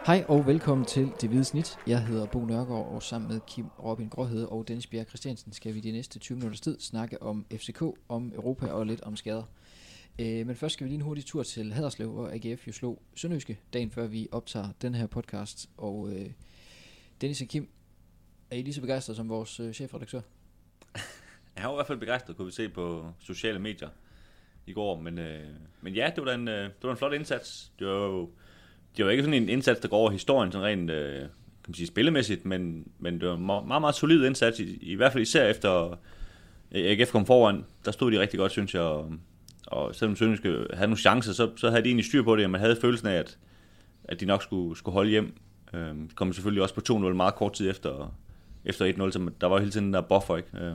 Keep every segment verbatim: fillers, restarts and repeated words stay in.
Hej og velkommen til Det Hvide Snit. Jeg hedder Bo Nørgaard, og sammen med Kim Robin Gråhede og Dennis Bjerg Christiansen skal vi de næste tyve minutters tid snakke om F C K, om Europa og lidt om skader. Øh, men først skal vi lige en hurtig tur til Haderslev, hvor A G F jo slog Sønderjyske dagen før vi optager den her podcast. Og øh, Dennis og Kim, er I lige så begejstrede som vores øh, chefredaktør? Jeg var i hvert fald begejstret, kunne vi se på sociale medier i går. Men, øh, men ja, det var, en, øh, det var en flot indsats. Det var jo det var ikke sådan en indsats, der går over historien sådan rent øh, kan man sige, spillemæssigt, men, men det var en meget, meget solid indsats, i, i hvert fald især efter A G F kom foran. Der stod de rigtig godt, synes jeg. Og, og selvom Sønderjyske havde nogle chancer, så, så havde de egentlig styr på det, og man havde følelsen af, at, at de nok skulle, skulle holde hjem. Øh, de kom selvfølgelig også på to nul meget kort tid efter, efter et nul, så der var hele tiden den der buffer, ikke? Øh,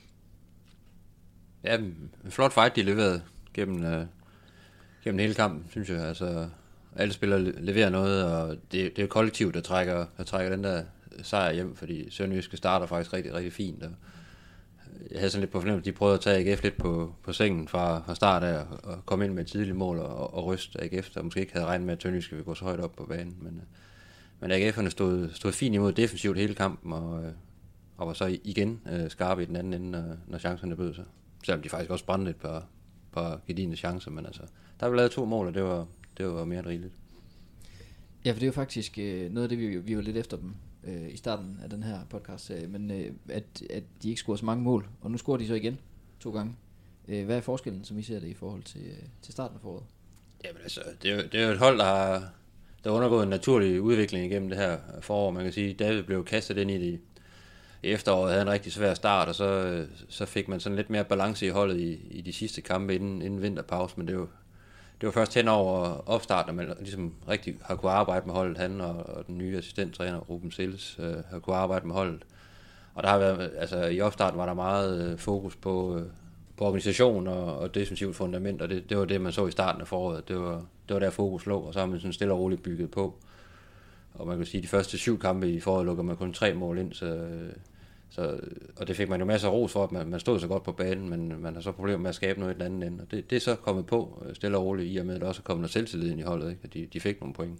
Ja, en flot fight, de leverede gennem, øh, gennem hele kampen, synes jeg. Altså, alle spillere leverer noget, og det, det er kollektivt, der trækker, der trækker den der sejr hjem, fordi Sønderjyske starter faktisk rigtig, rigtig fint. Og jeg havde sådan lidt på fornemmelse, de prøvede at tage A G F lidt på, på sengen fra, fra start af, og komme ind med et tidligt mål og, og ryste A G F, der måske ikke havde regnet med, at Sønderjyske ville gå så højt op på banen. Men, men A G F'erne stod, stod fint imod defensivt hele kampen, og, og var så igen øh, skarpe i den anden ende, når, når chancerne bød sig. Selvom de faktisk også brændte et par, par gedigne chancer, men altså, der blev lavet to mål, og det var, det var mere end rigeligt. Ja, for det er jo faktisk øh, noget af det, vi, vi var lidt efter dem øh, i starten af den her podcast, øh, men øh, at, at de ikke scorede så mange mål, og nu scorer de så igen to gange. Øh, hvad er forskellen, som I ser det, i forhold til, øh, til starten af foråret? Jamen altså, det er, jo, det er jo et hold, der har, der har undergået en naturlig udvikling igennem det her forår. Man kan sige, David blev kastet ind i det i efteråret, havde en rigtig svær start, og så, så fik man sådan lidt mere balance i holdet i, i de sidste kampe inden, inden vinterpause, men det var, det var først hen over opstarten, at man ligesom rigtig har kunne arbejde med holdet, han og, og den nye assistenttræner, Ruben Silles, øh, har kunne arbejde med holdet. Og der har været, altså i opstarten var der meget øh, fokus på, øh, på organisation og, og defensivt fundament, og det, det var det, man så i starten af foråret. Det var, det var der fokus lå, og så har man sådan stille og roligt bygget på. Og man kan sige, at de første syv kampe i foråret lukker man kun tre mål ind, så, så, og det fik man jo masser af ros for, at man, man stod så godt på banen, men man har så problemer med at skabe noget i den anden ende. Og det, det er så kommet på stille og roligt, i og med, at der også er kommet noget selvtillid ind i holdet, ikke? At de, de fik nogle point.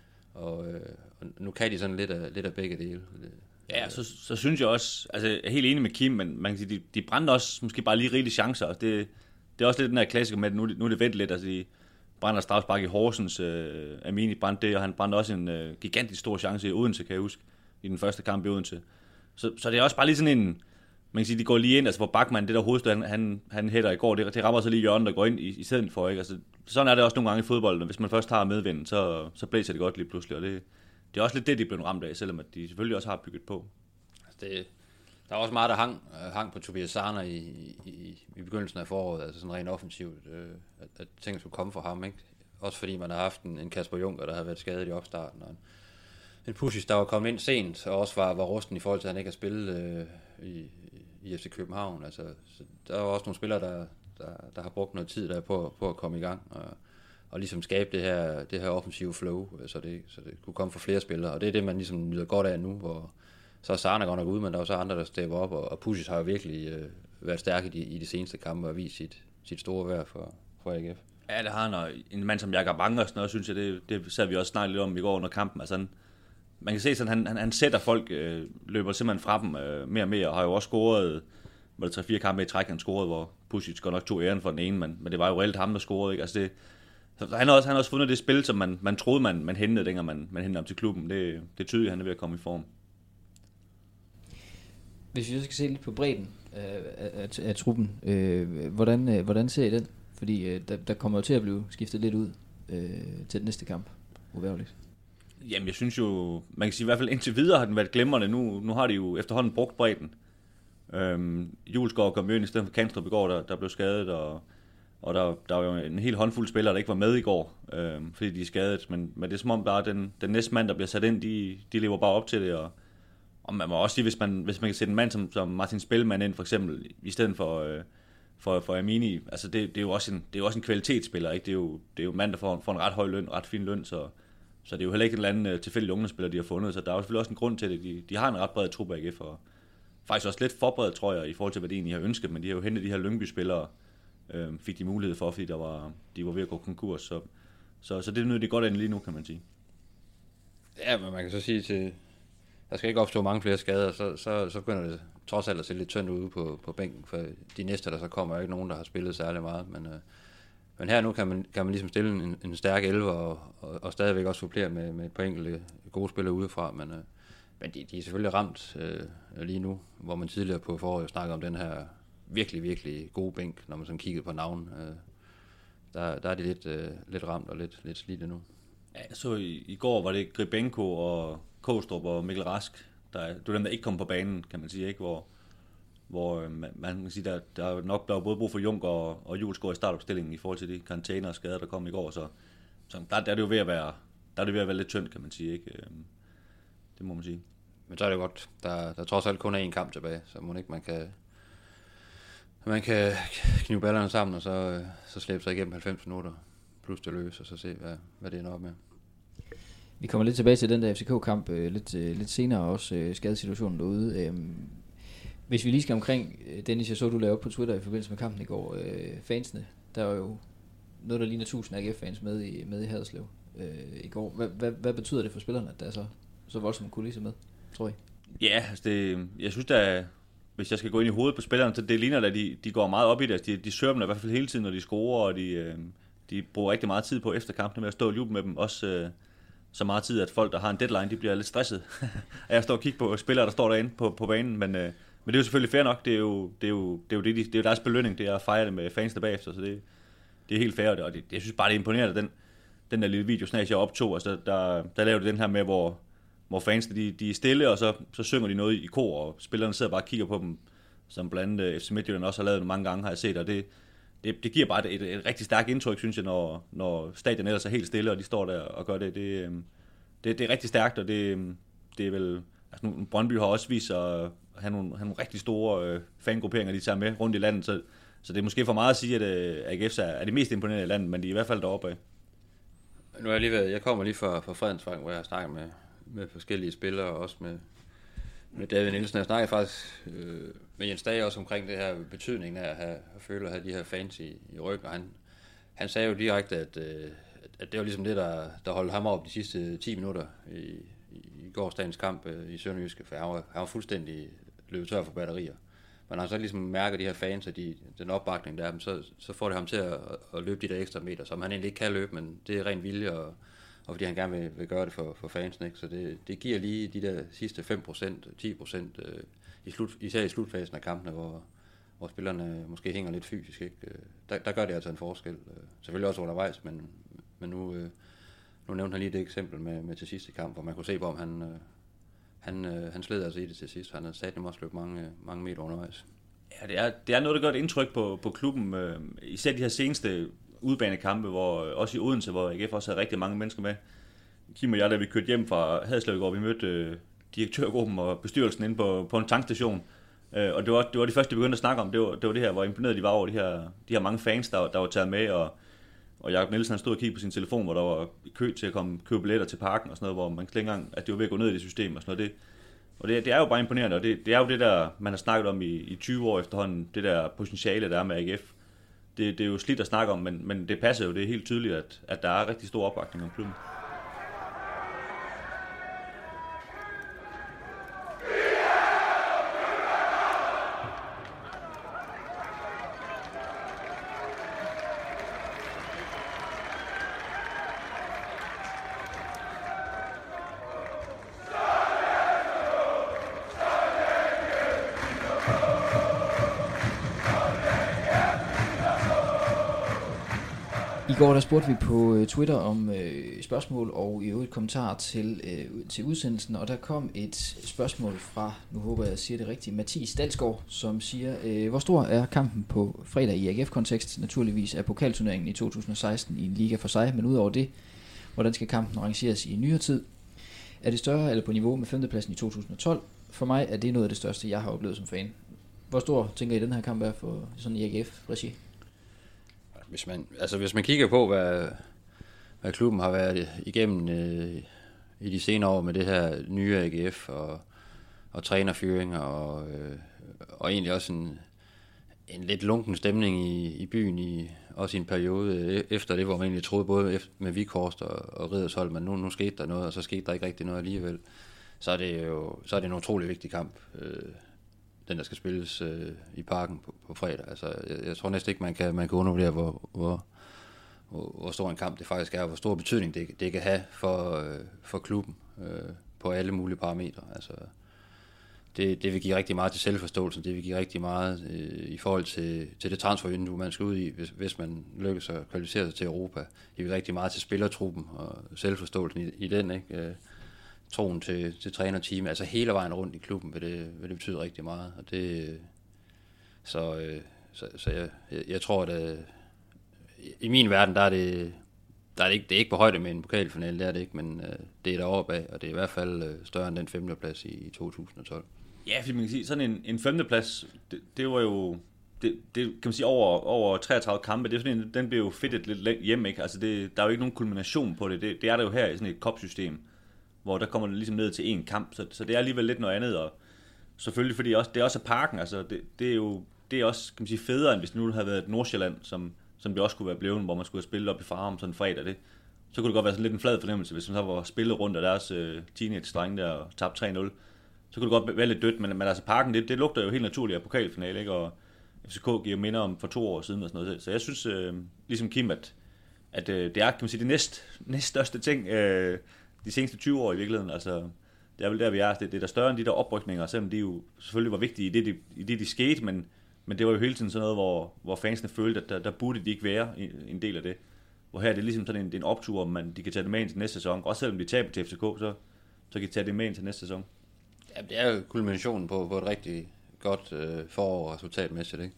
Og, øh, og nu kan de sådan lidt af, lidt af begge dele. Ja, så, så synes jeg også, altså jeg er helt enig med Kim, men man kan sige, de, de brændte også måske bare lige rigelige chancer. Det, det er også lidt den her klassiker med, at nu, nu er det vendt lidt, altså de brænder strafspark i Horsens, øh, Amini brændte det, og han brændte også en øh, gigantisk stor chance i Odense, kan jeg huske, i den første kamp i Odense. Så, så det er også bare lige sådan en, man kan sige, de går lige ind, altså hvor Bachmann, det der hovedstød, han, han, han hætter i går, det, det rammer så lige hjørnet, der går ind i, i stedet for, ikke? Altså, sådan er det også nogle gange i fodbold, og hvis man først har medvind, så, så blæser det godt lige pludselig, og det, det er også lidt det, de er blevet ramt af, selvom at de selvfølgelig også har bygget på. Altså det, der var også meget, der hang, hang på Tobias Sarner i, i, i begyndelsen af foråret, altså sådan rent offensivt, øh, at, at ting skulle komme fra ham, ikke? Også fordi man har haft en, en Kasper Juncker, der havde været skadet i opstarten, og en, en Pusic, der var kommet ind sent, og også var, var rusten i forhold til, at han ikke har spillet øh, i, i F C København. Altså, så der var også nogle spillere, der, der, der har brugt noget tid der på, på at komme i gang, og, og ligesom skabe det her, det her offensive flow, så det, så det kunne komme fra flere spillere, og det er det, man ligesom nyder godt af nu, hvor så er Sarner godt nok ude, men der er også andre, der stepper op, og, og Pusic har jo virkelig øh, været stærk i de, i de seneste kampe og vist sit, sit store værd for, for A G F. Ja, det har han, og en mand som Jakob Angersen også, synes jeg, det, det sad vi også snakket lidt om i går under kampen. Altså, han, man kan se, at han, han, han sætter folk, øh, løber simpelthen fra dem øh, mere og mere, og har jo også scoret, var det tre fire kampe i træk, han scorede, hvor Pusic godt nok tog æren for den ene, men, men det var jo reelt ham, der scorede, ikke? Altså det, så han har også, han har også fundet det spil, som man, man troede, man, man hentede, dengang man, man hentede ham til klubben. Det, det er tydeligt, at han er ved at komme i form. Hvis vi så skal se lidt på bredden af, af, af truppen, øh, hvordan, øh, hvordan ser I den? Fordi øh, der, der kommer jo til at blive skiftet lidt ud øh, til den næste kamp, uværligt. Jamen, jeg synes jo, man kan sige i hvert fald indtil videre har den været glimrende. Nu, nu har de jo efterhånden brugt bredden. Øhm, Julesgaard kom jo ind i stedet for Kanstrup i går, der, der blev skadet, og, og der, der var jo en hel håndfuld spillere, der ikke var med i går, øhm, fordi de er skadet. Men, men det er som om, bare den, den næste mand, der bliver sat ind, de, de lever bare op til det, og Og man må også sige, hvis man, hvis man kan sætte en mand som, som Martin Spellmann ind, for eksempel, i stedet for, øh, for, for Amini, altså det, det, er jo også en, det er jo også en kvalitetsspiller, ikke? Det er jo, det er jo en mand, der får, får en ret høj løn, ret fin løn, så, så det er jo heller ikke en eller anden tilfældig ungdomsspiller, de har fundet, så der er jo selvfølgelig også en grund til det. De, de har en ret bred trup af A G F, og faktisk også lidt for bred, tror jeg, i forhold til, hvad de egentlig har ønsket, men de har jo hentet de her Lyngby-spillere, øh, fik de mulighed for, fordi der var, de var ved at gå konkurs, så, så, så det nyder de godt af lige nu, kan man sige. Ja, men man kan så sige til, der skal ikke opstå mange flere skader, så, så, så begynder det trods alt at se lidt tyndt ude på, på bænken, for de næste, der så kommer, er ikke nogen, der har spillet særlig meget, men, øh, men her nu kan man, kan man ligesom stille en, en stærk elver, og, og, og stadigvæk også supplere med, med et par enkelte gode spillere udefra, men, øh, men de, de er selvfølgelig ramt øh, lige nu, hvor man tidligere på foråret snakkede om den her virkelig, virkelig gode bænk, når man sådan kiggede på navn. Øh, der, der er de lidt, øh, lidt ramt og lidt, lidt slidte nu. Ja, så i, i går var det Gribenko og Kostrup og Mikkel Rask, der, det var dem, der ikke kom på banen, kan man sige, ikke? Hvor, hvor øh, man, man kan sige, der, der er nok der er både brug for Junker og, og Julesgaard i startopstillingen i forhold til de karantæner og skader, der kom i går, så, så der, der er det jo ved at være, der er det ved at være lidt tyndt, kan man sige, ikke? Det må man sige. Men så er det godt. Der, der trods alt kun er én kamp tilbage, så må ikke man kan man kan knive ballerne sammen og så, så slæbe sig igennem halvfems minutter plus det løs, og så se, hvad, hvad det ender op med. Vi kommer lidt tilbage til den der F C K-kamp øh, lidt, øh, lidt senere, også øh, skadesituationen derude. Øh, hvis vi lige skal omkring, Dennis, jeg så, du lavede op på Twitter i forbindelse med kampen i går, øh, fansene, der var jo noget, der ligner tusind A G F-fans med i, med i Haderslev øh, i går. Hvad, hvad, hvad betyder det for spillerne, at der er så, så voldsomt kulisse med, tror jeg? Ja, altså det, jeg synes da, hvis jeg skal gå ind i hovedet på spillerne, så det ligner at de, de går meget op i det. Altså de, de søger dem i hvert fald hele tiden, når de scorer, og de, øh, de bruger rigtig meget tid på efter kampene med at stå og juble med dem. Også øh, så meget tid, at folk, der har en deadline, de bliver lidt stresset. Jeg står og kigger på spillere, der står derinde på, på banen, men, øh, men det er jo selvfølgelig fair nok. Det er jo, det er jo, det er jo, det, det er jo deres belønning, det er at fejre det med fansene bagefter, så det, det er helt fair. Og det, jeg synes bare, det er imponerende, den, den der lille videosnag, jeg optog. Altså, der, der lavede det den her med, hvor, hvor fansene de, de er stille, og så, så synger de noget i kor, og spillerne sidder bare og kigger på dem, som blandt andet F C Midtjylland også har lavet det mange gange, har jeg set, og det, det, det giver bare et, et, et rigtig stærkt indtryk, synes jeg, når, når stadion ellers er helt stille, og de står der og gør det. Det, det, det er rigtig stærkt, og det, det er vel... Altså, nu, Brøndby har også vist at have nogle, have nogle rigtig store øh, fangrupperinger, de tager med rundt i landet, så, så det er måske for meget at sige, at øh, A G F er, er det mest imponerende i landet, men de er i hvert fald deroppe af. Nu er jeg lige ved, jeg kommer lige fra, fra Fredensvang, hvor jeg har snakket med, med forskellige spillere, og også med, med David Nielsen. Jeg snakkede faktisk øh, med Jens Dage også omkring det her betydningen af at, have, at føle at have de her fans i, i ryggen, og han, han sagde jo direkte, at, øh, at det var ligesom det, der, der holdt ham op de sidste ti minutter i, i gårsdagens kamp øh, i Sønderjyske, for han var, han var fuldstændig løbet tør for batterier. Men når han så ligesom mærker de her fans og de, den opbakning der, så, så får det ham til at, at løbe de der ekstra meter, som han egentlig ikke kan løbe, men det er ren vilje, og, og fordi han gerne vil, vil gøre det for, for fansen, ikke? Så det, det giver lige de der sidste fem procent, ti procent, øh, i slut, især i slutfasen af kampene, hvor, hvor spillerne måske hænger lidt fysisk, ikke? Der, der gør det altså en forskel. Selvfølgelig også undervejs, men, men nu, øh, nu nævnte han lige det eksempel med, med til sidste kamp, hvor man kunne se på, om han... Øh, Han, øh, han sled altså i det til sidst. Han har sat dem også løbet mange, mange meter undervejs. Ja, det er, det er noget, der gør et indtryk på, på klubben. Øh, især de her seneste udbanekampe, hvor øh, også i Odense, hvor A G F også havde rigtig mange mennesker med. Kim og jeg, da vi kørte hjem fra Haderslev i går, vi mødte øh, direktørgruppen og bestyrelsen inde på, på en tankstation. Øh, og det var, det var det første, de begyndte at snakke om. Det var det, var det her, hvor imponeret de var over de her, de her mange fans, der, der var taget med. Og, og Jakob Nielsen han stod og kiggede på sin telefon, hvor der var kø til at komme købe billetter til parken og sådan noget, hvor man ikke engang, at det var ved at gå ned i det system og sådan noget. Det, Og det, det er jo bare imponerende, og det, det er jo det der, man har snakket om i, i tyve år efterhånden, det der potentiale, der er med A G F. Det, det er jo slidt at snakke om, men, men det passer jo, det er helt tydeligt, at, at der er rigtig stor opbakning om klubben. I går der spurgte vi på Twitter om øh, spørgsmål og i øvrigt kommentar til, øh, til udsendelsen, og der kom et spørgsmål fra, nu håber jeg, jeg siger det rigtigt, Mathias Dalsgaard, som siger, øh, hvor stor er kampen på fredag i A G F-kontekst? Naturligvis er pokalturneringen i to tusind og seksten i en liga for sig, men udover det, hvordan skal kampen rangeres i nyere tid? Er det større eller på niveau med femtepladsen i to tusind og tolv? For mig er det noget af det største, jeg har oplevet som fan. Hvor stor tænker I, den her kamp er for sådan i A G F-regi? Hvis man, altså hvis man kigger på, hvad, hvad klubben har været igennem øh, i de senere år med det her nye A G F og, og trænerfyringer og, øh, og egentlig også en, en lidt lunken stemning i, i byen, i, også i en periode efter det, hvor man egentlig troede både efter, med Vikhorst og, og Riddersholm, men nu, nu skete der noget, og så skete der ikke rigtig noget alligevel. Så er det jo så er det en utrolig vigtig kamp, øh, den der skal spilles øh, i Parken på, på fredag. Altså, jeg, jeg tror næsten ikke, man kan, man kan undervurdere, hvor, hvor, hvor, hvor stor en kamp det faktisk er, og hvor stor betydning det, det kan have for, øh, for klubben øh, på alle mulige parametre. Altså, det, det vil give rigtig meget til selvforståelsen, det vil give rigtig meget øh, i forhold til, til det transfervindue, man skal ud i, hvis, hvis man lykkes at kvalificere sig til Europa. Det vil rigtig meget til spillertruppen og selvforståelsen i, i den, ikke? Øh, troen til, til trænerteamet, altså hele vejen rundt i klubben, vil det, vil det betyde rigtig meget. Og det, så øh, så, så jeg, jeg, jeg tror, at øh, i min verden, der er det, der er det, ikke, det er ikke på højde med en pokalfinale, det er det ikke, men øh, det er deroppe af, og det er i hvert fald øh, større end den femteplads i, i to tusind og tolv. Ja, fordi man kan sige, sådan en, en femteplads, det, det var jo, det, det kan man sige, over, over treogtredive kampe, det er sådan en, den blev jo fedtet lidt hjem, ikke? Altså det, der er jo ikke nogen kulmination på det, det, det er der jo her i sådan et cup-system, hvor der kommer det ligesom ned til én kamp, så, så det er alligevel lidt noget andet, og selvfølgelig fordi også, det er også Parken, altså det, det er jo, det er også, kan man sige, federe, end hvis det nu havde været Nordsjælland, som, som det også kunne være blevet, hvor man skulle have spillet op i Farum sådan en fredag, det, så kunne det godt være sådan lidt en flad fornemmelse, hvis man så var spillet rundt af deres uh, teenage-drenge der og tabt tre nul, så kunne det godt være lidt dødt, men, men altså Parken, det, det lugter jo helt naturligt af pokalfinale, ikke? Og F C K giver minder om for to år siden og sådan noget, så jeg synes, øh, ligesom Kim, at, at øh, det er, kan man sige, det næst, næst største ting, øh, de seneste tyve år i virkeligheden, altså det er vel der, vi er, det, det er der større end de der oprykninger, selvom de jo selvfølgelig var vigtige i det, de, i det, de skete, men, men det var jo hele tiden sådan noget, hvor, hvor fansene følte, at der, der burde de ikke være en del af det. Hvor her er det ligesom sådan en, en optur, om man, de kan tage det med ind til næste sæson, også selvom de taber til F C K, så, så kan de tage det med ind til næste sæson. Ja, det er jo kulminationen på, på et rigtig godt øh, forår resultatmæssigt, ikke?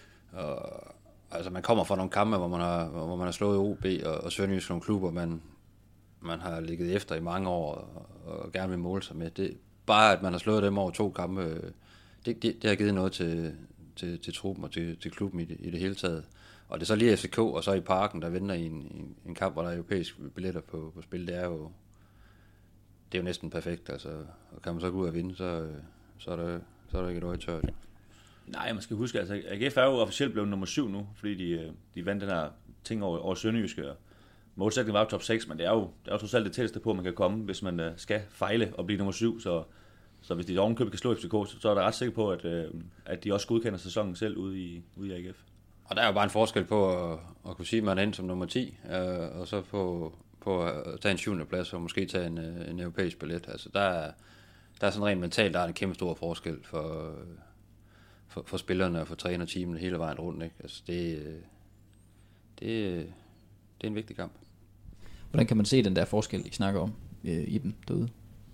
Og, altså man kommer fra nogle kampe, hvor man har, hvor man har slået O B og, og Sønderjysk, nogle klubber, man, man har ligget efter i mange år og, og gerne vil måle sig med. Det, bare at man har slået dem over to kampe, det, det, det har givet noget til, til, til truppen og til, til klubben i det, i det hele taget. Og det er så lige F C K og så i Parken, der venter i en, en, en kamp, hvor der er europæiske billetter på, på spil. Det er jo det er jo næsten perfekt. Altså, og kan man så gå ud og vinde, så, så, er, der, så er der ikke et øje tørt. Nej, man skal huske, altså A G F er jo officielt blevet nummer syv nu, fordi de, de vandt den her ting over, over Sønderjyske. Målsætningen var jo top seks, men det er jo, det er jo trods alt det tætteste på, at man kan komme, hvis man uh, skal fejle og blive nummer syv. Så, så hvis de ovenkøbet kan slå F C K, så, så er der ret sikker på, at, uh, at de også godkender sæsonen selv ude i, ude i A G F. Og der er jo bare en forskel på at, at kunne sige, at man er inde som nummer ti, øh, og så på, på at tage en syvende plads og måske tage en, en europæisk billet. Altså der er, der er sådan rent mentalt, der er en kæmpe stor forskel for, for, for spillerne og for trænerteamet hele vejen rundt. Ikke? Altså det, det, det er en vigtig kamp. Hvordan kan man se den der forskel, I snakker om øh, i dem derude?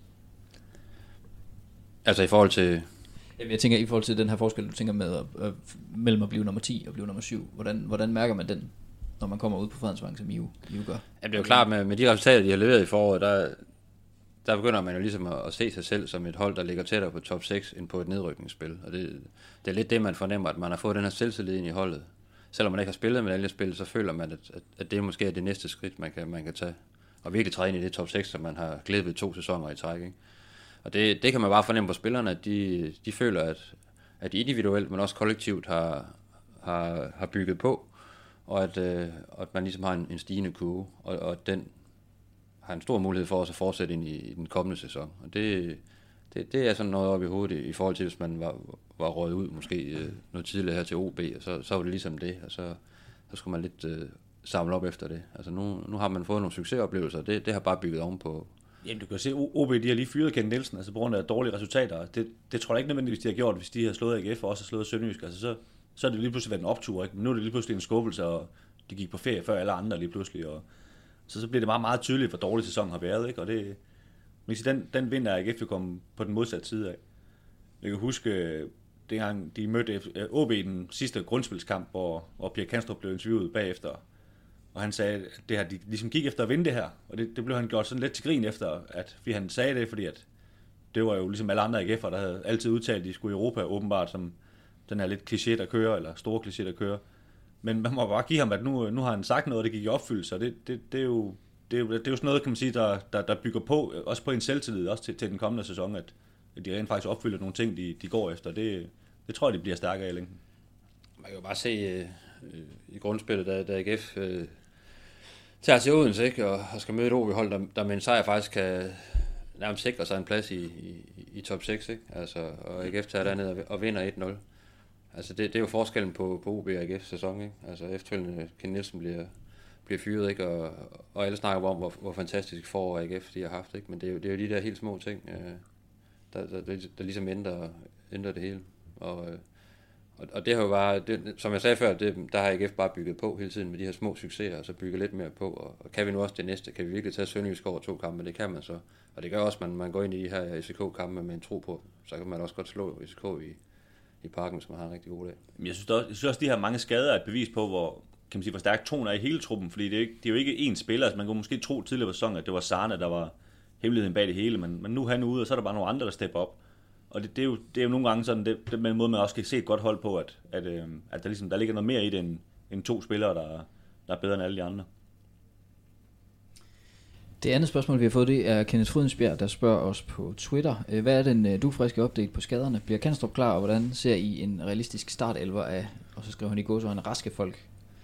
Altså i forhold til... Jamen, jeg tænker i forhold til den her forskel, du tænker med at, at, mellem at blive nummer ti og blive nummer syv. Hvordan, hvordan mærker man den, når man kommer ud på Fredensvang, som I jo, I jo gør? Jamen, det er jo klart, med, med de resultater, de har leveret i foråret, der, der begynder man jo ligesom at, at se sig selv som et hold, der ligger tættere på top seks end på et nedrykningsspil. Og det, det er lidt det, man fornemmer, at man har fået den her selvtillid ind i holdet. Selvom man ikke har spillet medaljespil, så føler man, at, at, at det måske er det næste skridt, man kan, man kan tage. Og virkelig træde ind i det top seks, som man har glædet ved to sæsoner i træk, ikke? Og det, det kan man bare fornemme på spillerne, at de, de føler, at, at de individuelt, men også kollektivt har, har, har bygget på, og at, øh, at man ligesom har en, en stigende kurve, og, og at den har en stor mulighed for os at fortsætte ind i, i den kommende sæson. Og det, det, det er sådan noget op i hovedet i, i forhold til, hvis man var, var røget ud måske øh, noget tidligere her til O B, og så, så var det ligesom det, og så, så skulle man lidt øh, samle op efter det. Altså nu, nu har man fået nogle succesoplevelser, og det, det har bare bygget ovenpå. Jamen, du kan se, O B, de har lige fyret Ken Nielsen, altså på grund af dårlige resultater. Det, det tror jeg ikke nødvendigvis, de har gjort, hvis de har slået A G F og også har slået Sønderjysk. Altså, så, så er det lige pludselig været en optur, ikke? Men nu er det lige pludselig en skuffelse, og de gik på ferie før alle andre lige pludselig. Og, så, så bliver det meget, meget tydeligt, hvor dårlig sæsonen har været, ikke? Og det, man kan sige, den, den vinder A G F kom på den modsatte side af. Jeg kan huske, dengang de mødte O B i den sidste grundspilskamp, hvor, hvor Pierre Kanstrup blev interviewet bagefter. Og han sagde, at det her, de ligesom gik efter at vinde det her. Og det, det blev han gjort sådan lidt til grin efter, at fordi han sagde det, fordi at det var jo ligesom alle andre A G F'er, der havde altid udtalt, at de skulle i Europa åbenbart som den her lidt kliché, der kører, eller store kliché, der kører. Men man må bare give ham, at nu, nu har han sagt noget, og det gik i opfyldelse, og det, det, det, er jo, det, er jo, det er jo sådan noget, kan man sige, der, der, der bygger på, også på en selvtillid, også til, til den kommende sæson, at, at de rent faktisk opfylder nogle ting, de, de går efter. Det, det tror jeg, de bliver stærkere i længden. Man kan jo bare se øh, i grundspillet, da, da A G F øh, tager til Odense, ikke, og, og skal møde et O B-hold, der, der med en sejr faktisk kan nærmest sikre sig en plads i, i, i top seks, ikke? Altså, og A G F tager derned og, og vinder et nul. Altså, det, det er jo forskellen på, på O B og A G F's sæson, ikke? Altså, efterfølgende Ken Nielsen bliver, bliver fyret, ikke? Og, og alle snakker om, hvor, hvor fantastisk forår A G F de har haft, ikke? Men det er jo, det er jo de der helt små ting, øh, der, der, der, der ligesom ændrer, ændrer det hele. Og, øh, og, og det har jo bare, det, som jeg sagde før, det, der har A G F bare bygget på hele tiden med de her små succeser, og så bygger lidt mere på. Og, og kan vi nu også det næste? Kan vi virkelig tage Sønderjysk over to kampe? Det kan man så. Og det gør også, at man, man går ind i de her F C K-kampe med en tro på, så kan man også godt slå F C K i, i parken, som man har en rigtig god dag. Jeg synes, også, jeg synes også, at de her mange skader er et bevis på, hvor, kan man sige, hvor stærk troen er i hele truppen, fordi det er, ikke, det er jo ikke én spiller. Altså, man kunne måske tro tidligere på sæsonen, at det var Sarne, der var hemmeligheden bag det hele, men, men nu er han ude, og så er der bare nogle andre, der stepper op. Og det, det, er, jo, det er jo nogle gange sådan, det, det er en måde, man også kan se et godt hold på, at, at, øh, at der, ligesom, der ligger noget mere i det, end, end to spillere, der, der er bedre end alle de andre. Det andet spørgsmål, vi har fået, det er Kenneth Frydensbjerg, der spørger os på Twitter. Hvad er den du friske update på skaderne? Bliver Kanstrup klar, og hvordan ser I en realistisk startelver af, og så skriver han i gåseøjne, raske folk?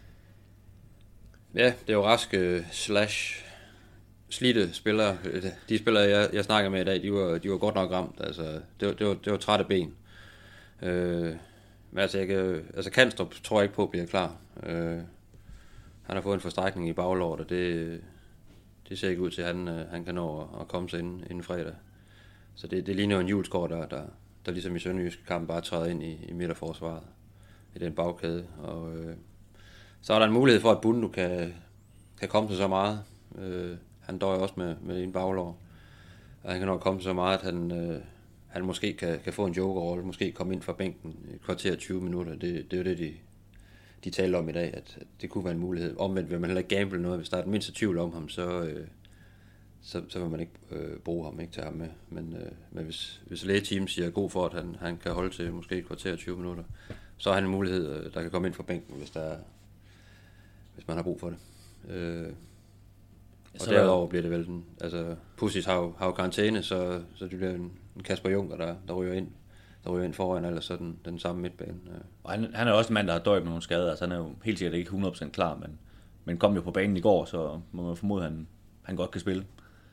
Ja, det er jo raske slash slidte spillere. De spillere, jeg, jeg snakker med i dag, de var, de var godt nok ramt. Altså, det, var, det, var, det var trætte ben. Øh, men altså, jeg kan, altså Kanstrup tror jeg ikke på bliver klar. Øh, han har fået en forstrækning i baglåret, og det, det ser ikke ud til, at han, han kan nå at, at komme sig inden, inden fredag. Så det, det ligner jo en Julesgaard, der, der, der ligesom i Sønderjyske kamp bare træder ind i, i midterforsvaret i den bagkæde. Og øh, så er der en mulighed for, at Bundu kan, kan komme til så meget. Øh, han døjer også med, med en baglår. Og han kan nok komme til så meget, at han, øh, han måske kan, kan få en jokerrolle, måske komme ind fra bænken i et kvarter tyve minutter. Det, det er jo det, de, de taler om i dag, at, at det kunne være en mulighed. Omvendt vil man heller ikke gamble noget. Hvis der er den mindste tvivl om ham, så, øh, så, så vil man ikke øh, bruge ham, ikke tage ham med. Men, øh, men hvis, hvis lægeteamet siger god for, at han, han kan holde til måske et kvarter tyve minutter, så er han en mulighed, der kan komme ind fra bænken, hvis, der er, hvis man har brug for det. Øh, Og så derudover bliver det vel den, altså Pudsigt har jo, har jo karantæne, så, så det bliver en, en Kasper Juncker, der, der ryger ind, der ryger ind foran, eller så den, den samme midtbane. Og han, han er også en mand, der har døjet med nogle skader, altså han er jo helt sikkert ikke hundrede procent klar, men, men kom jo på banen i går, så må man formode, at han, han godt kan spille.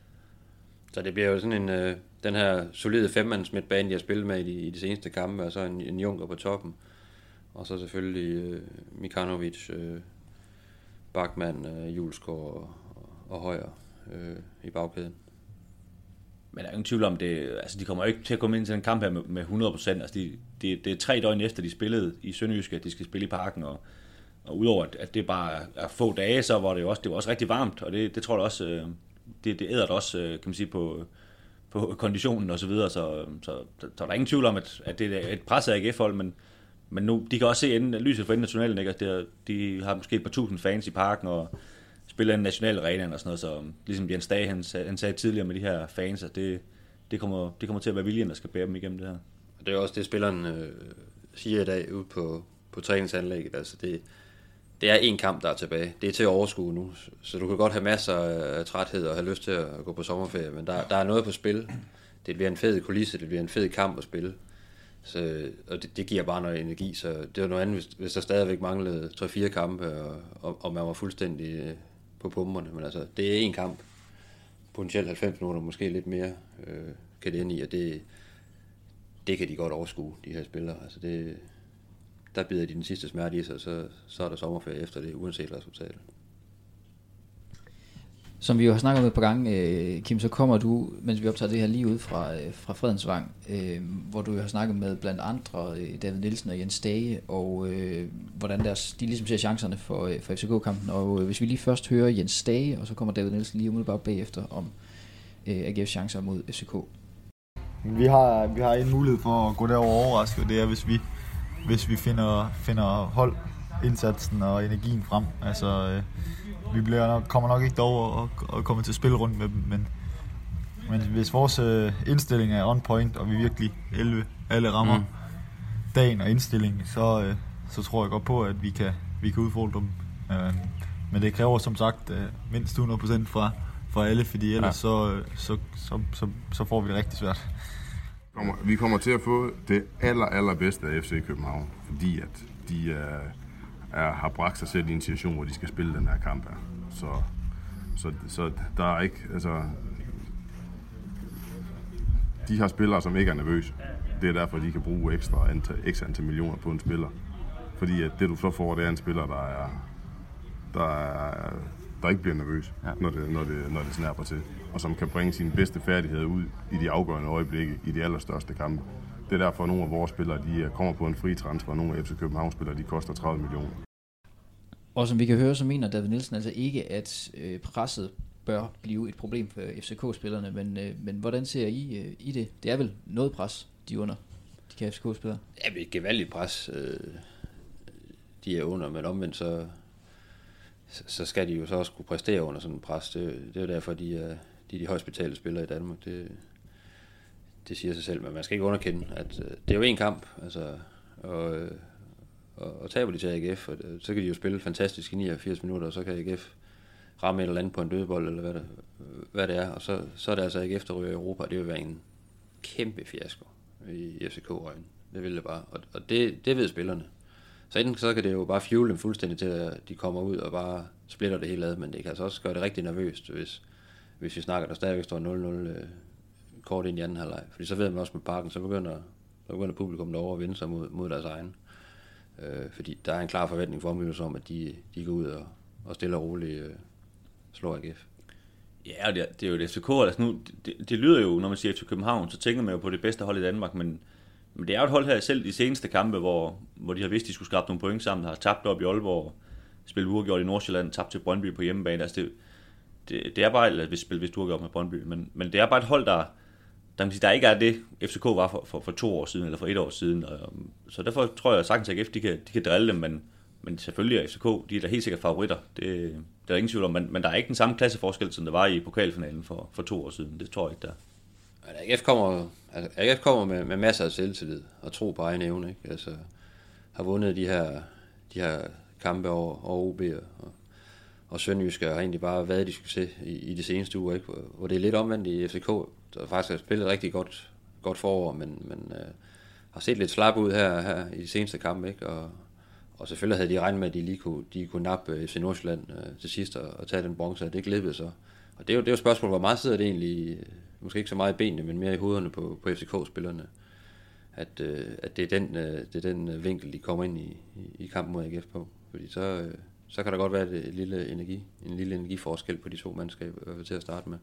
Så det bliver jo sådan en, øh, den her solide femmands midtbane, de har spillet med i de, i de seneste kampe, og så en, en Juncker på toppen, og så selvfølgelig øh, Mikanovic, øh, Bachmann, øh, Julesgaard og og højere øh, i bagkæden. Men der er ingen tvivl om det, altså de kommer jo ikke til at komme ind til den kamp her med, med hundrede procent. Altså de, de, det er tre døgn efter, de spillede i Sønderjyske, at de skal spille i parken, og, og udover at, at det bare er, er få dage, så var det jo også, det var også rigtig varmt, og det, det tror jeg også, øh, det, det æder det også, øh, kan man sige, på, på konditionen og så videre, så, så, så, så der er ingen tvivl om, at, at det er et presset A G F-hold, men, men nu, de kan også se enden, lyset for internationalen, ikke? Altså, de har måske et par tusind fans i parken, og spiller en national arena og sådan noget, så ligesom Jens Dage, han, han sagde tidligere med de her fans, at det, det, kommer, det kommer til at være viljen, der skal bære dem igennem det her. Og det er også det, spilleren øh, siger i dag ude på, på træningsanlægget. Altså det, det er en kamp, der er tilbage. Det er til at overskue nu, så du kan godt have masser af træthed og have lyst til at gå på sommerferie, men der, der er noget på spil. Det bliver en fed kulisse, det bliver en fed kamp at spille. Så, og det, det giver bare noget energi, så det var noget andet, hvis, hvis der stadigvæk manglede tre fire kampe, og, og, og man var fuldstændig på pumperne, men altså, det er en kamp, potentielt halvfems minutter, måske lidt mere, øh, kan det ende i, og det, det kan de godt overskue, de her spillere. Altså det, der bider de den sidste smerte i sig, så, så er der sommerferie efter det, uanset resultatet. Som vi jo har snakket om et par gange, øh, Kim, så kommer du, mens vi optager det her lige ud fra, øh, fra Fredensvang, øh, hvor du har snakket med blandt andre øh, David Nielsen og Jens Dage, og øh, hvordan deres, de ligesom ser chancerne for, øh, for F C K-kampen. Og øh, hvis vi lige først hører Jens Dage, og så kommer David Nielsen lige umiddelbart bagefter om øh, A G F's chancer mod F C K. Vi har, vi har en mulighed for at gå derover og overraske, og det er, hvis vi, hvis vi finder, finder hold, indsatsen og energien frem. Altså, øh, vi bliver nok, kommer nok ikke derover og, og kommer til at spille rundt med dem, men, men hvis vores øh, indstilling er on point, og vi virkelig elleve alle rammer mm. dagen og indstillingen, så, øh, så tror jeg godt på, at vi kan, vi kan udfordre dem. Øh, men det kræver som sagt øh, mindst hundrede procent fra, fra alle, fordi ellers ja. så, så, så, så, så får vi det rigtig svært. Vi kommer til at få det aller, allerbedste af F C København, fordi at de er, er, har bragt sig selv i en situation, hvor de skal spille den her kamp her. Så, så, så der er ikke, altså, de har spillere, som ikke er nervøse. Det er derfor, de kan bruge ekstra antal, ekstra antal millioner på en spiller. Fordi at det, du så får, det er en spiller, der er, der, er, der ikke bliver nervøs, ja. når, det, når, det, når det snærper til. Og som kan bringe sine bedste færdigheder ud i de afgørende øjeblikke, i de allerstørste kampe. Det er derfor, at nogle af vores spillere de kommer på en fri transfer, og nogle af F C København-spillere de koster tredive millioner. Og som vi kan høre, så mener David Nielsen altså ikke, at øh, presset bør blive et problem for F C K-spillerne, men, øh, men hvordan ser I øh, i det? Det er vel noget pres, de under, de kan F C K-spillere? Ja, det er et gevaldigt pres, øh, de er under, men omvendt så, så skal de jo så også kunne præstere under sådan en pres. Det, det er jo derfor, de er de, er de højst betalte spillere i Danmark. Det, det siger sig selv, men man skal ikke underkende, at øh, det er jo en kamp, altså, og, øh, og, og taber de til A G F, og det, så kan de jo spille fantastisk i niogfirs minutter, og så kan A G F ramme et eller andet på en dødbold, eller hvad det, hvad det er, og så, så er det altså A G F, der ryger i Europa, og det vil være en kæmpe fiasko i F C K-øjne. Det vil det bare, og, og det, det ved spillerne. Så enten så kan det jo bare fuel dem fuldstændig til, at de kommer ud og bare splitter det hele ad, men det kan altså også gøre det rigtig nervøst, hvis, hvis vi snakker, der stadigvæk står nul nul øh, kort ind i anden halvleg. Fordi så ved man også med Parken, så begynder, så begynder publikum derovre at vende sig mod, mod deres egen. Øh, fordi der er en klar forventning for omgivelser om, at de, de går ud og, og stille og roligt øh, slår A G F. Ja, og det, det er jo et F C K, altså nu, det, det lyder jo, når man siger F C København, så tænker man jo på det bedste hold i Danmark, men, men det er jo et hold her selv de seneste kampe, hvor, hvor de har vidst, de skulle skabe nogle point sammen, har tabt op i Aalborg, spillet uafgjort i Nordsjælland, tabt til Brøndby på hjemmebane. Altså det, det, det er bare, eller hvis spillet vist uafgjort med Brøndby, men, men det er bare et hold, der, der, man sige, der ikke er det, F C K var for, for, for to år siden, eller for et år siden. Og, så derfor tror jeg sagtens, at A G F, de kan, de kan drille dem, men, men selvfølgelig er F C K, de er da helt sikkert favoritter. Det, det er der ingen tvivl om, men, men der er ikke den samme klasseforskel, som der var i pokalfinalen for, for to år siden. Det tror jeg ikke, der. A G F kommer, altså A G F kommer med, med masser af selvtillid og tro på egen evne, ikke? Altså, har vundet de her, de her kampe over, over O B og, og Sønderjyske har egentlig bare været, de skulle se i, i de seneste uger, ikke? Hvor, hvor det er lidt omvendt i F C K, der faktisk har spillet rigtig godt, godt forår, men, men øh, har set lidt slap ud her, her i de seneste kampe, ikke? Og, og selvfølgelig havde de regnet med, at de lige kunne, de kunne nappe F C Nordsjælland øh, til sidst og, og tage den bronze, og det glippede så. Og det er jo, det er jo et spørgsmål, hvor meget sidder det egentlig, måske ikke så meget i benene, men mere i hovederne på, på F C K-spillerne, at, øh, at det er den, øh, det er den vinkel, de kommer ind i, i, i kampen mod A G F på. Fordi så, øh, så kan der godt være et lille energi, en lille energiforskel på de to mandskaber til at starte med.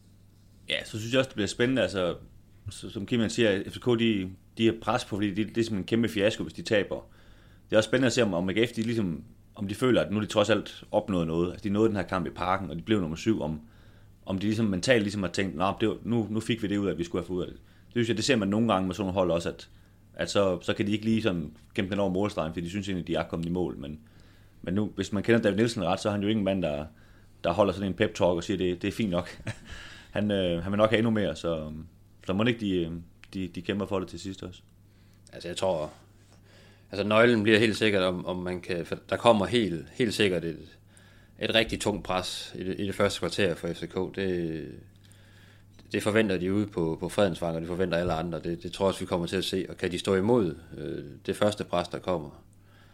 Ja, så synes jeg også, det bliver spændende. Altså, som Kim siger, F C K, de, de er pres på, fordi det, det er simpelthen en kæmpe fiasko, hvis de taber. Det er også spændende at se, om, om A G F, de ligesom, om de føler, at nu er de trods alt opnået noget. Altså, de nåede den her kamp i Parken, og de blev nummer syv. Om, om de ligesom mentalt ligesom har tænkt, nah, det var, nu, nu fik vi det ud af, at vi skulle have fået ud af det. Det synes jeg, det ser man nogle gange med sådan nogle hold også, at, at så, så kan de ikke lige sådan kæmpe den over målstregen, fordi de synes egentlig, de er kommet i mål. Men, men nu, hvis man kender David Nielsen ret, så er han jo ikke en mand, der, der holder sådan en pep-talk og siger, det, det er fint nok. han, øh, han vil nok have endnu mere, så, så må ikke de, de, de kæmper for det til sidst også. Altså jeg tror, altså nøglen bliver helt sikkert, om, om man kan, for der kommer helt, helt sikkert et, et rigtig tungt pres i det, i det første kvarter for F C K. Det, det forventer de ude på, på Fredensvang, og det forventer alle andre. Det, det tror jeg også, vi kommer til at se. Og kan de stå imod øh, det første pres, der kommer,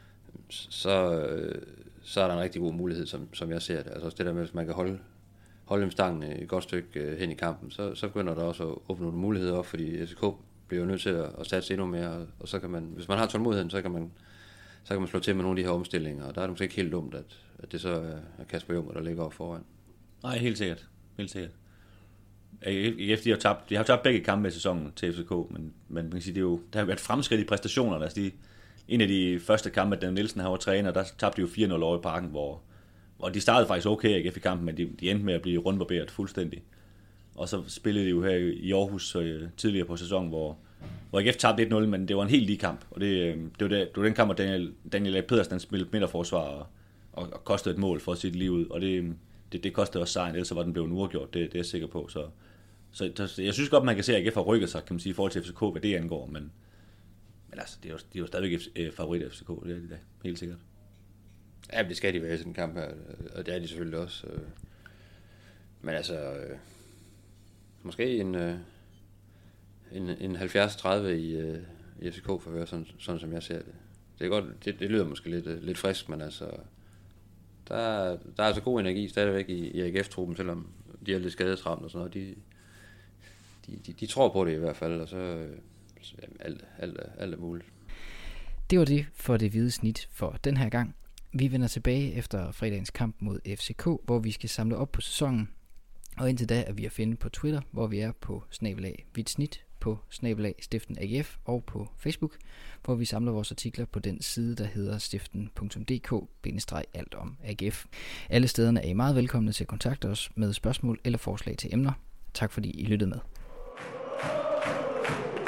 så, øh, så er der en rigtig god mulighed, som, som jeg ser det. Altså det der med, hvis man kan holde, holde dem stangen et godt stykke øh, hen i kampen, så, så begynder der også at åbne nogle muligheder op, fordi F C K bliver jo nødt til at, at satse endnu mere, og, og så kan man, hvis man har tålmodigheden, så kan man så kan man slå til med nogle af de her omstillinger, og der er det måske ikke helt dumt, at, at det så er Kasper Juncker, der ligger op foran. Nej, helt sikkert. Helt sikkert. A G F, de har tabt, de har tabt begge kampe i sæsonen til F C K, men, men man kan sige, det er jo, der har været fremskridt i præstationerne. Altså de, en af de første kampe, da Nielsen var træner, der tabte de jo fire nul over i Parken, hvor, hvor de startede faktisk okay A G F i kampen, men de, de endte med at blive rundbarberet fuldstændig. Og så spillede de jo her i Aarhus øh, tidligere på sæsonen, hvor, hvor A G F tabte et nul, men det var en helt lige kamp. Og det, øh, det, var, det, det var den kamp, hvor Daniel, Daniel A. Pedersen spillede midterforsvar og, og, og kostede et mål for sit liv ud. Og det, det, det kostede også sejren, ellers var den blevet uafgjort, det, det er jeg sikker på. Så, så jeg synes godt, man kan se, at A G F har rykket sig, kan man sige, i forhold til F C K, hvad det angår. Men, men altså, det er jo, de er jo stadigvæk favorit af F C K, det er de da, helt sikkert. Ja, det skal de være i sådan en kamp her, og det er de selvfølgelig også. Men altså, måske en, en, en halvfjerds tredive i, i F C K-favør, sådan, sådan som jeg ser det. det, er godt, det, det lyder måske lidt, lidt frisk, men altså, der, der er altså god energi stadigvæk i, i A G F-truppen, selvom de er lidt skadesramt og sådan noget. De, de, de, de tror på det i hvert fald, og så, så jamen, alt, alt, alt er muligt. Det var det for det hvide snit for den her gang. Vi vender tilbage efter fredagens kamp mod F C K, hvor vi skal samle op på sæsonen. Og indtil da er vi at finde på Twitter, hvor vi er på snabelag hvidt snit, på snabelag stiften A G F og på Facebook, hvor vi samler vores artikler på den side, der hedder stiften punktum d k bindestreg alt om A G F. Alle stederne er I meget velkomne til at kontakte os med spørgsmål eller forslag til emner. Tak fordi I lyttede med.